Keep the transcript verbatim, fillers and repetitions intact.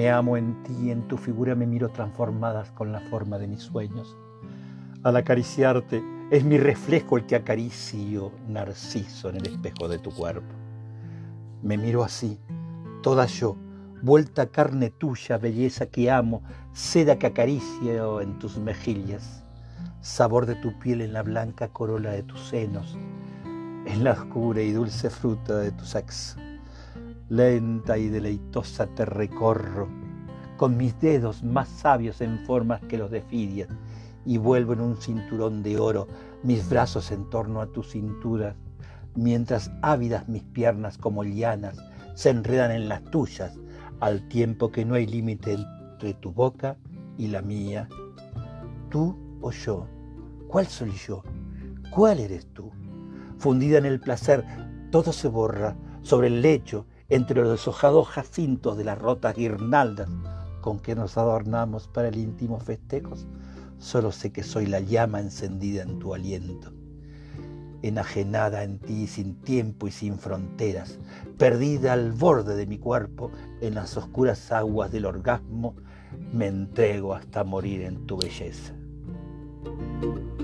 Me amo en ti, en tu figura me miro transformadas con la forma de mis sueños. Al acariciarte, es mi reflejo el que acaricio narciso en el espejo de tu cuerpo. Me miro así, toda yo, vuelta carne tuya, belleza que amo, seda que acaricio en tus mejillas, sabor de tu piel en la blanca corola de tus senos, en la oscura y dulce fruta de tu sexo. Lenta y deleitosa te recorro, con mis dedos más sabios en formas que los de Fidias, y vuelvo en un cinturón de oro mis brazos en torno a tu cintura, mientras ávidas mis piernas como lianas se enredan en las tuyas, al tiempo que no hay límite entre tu boca y la mía. Tú o yo, ¿cuál soy yo? ¿Cuál eres tú? Fundida en el placer, todo se borra sobre el lecho, entre los deshojados jacintos de las rotas guirnaldas con que nos adornamos para el íntimo festejos. Solo sé que soy la llama encendida en tu aliento, enajenada en ti sin tiempo y sin fronteras, perdida al borde de mi cuerpo en las oscuras aguas del orgasmo, me entrego hasta morir en tu belleza.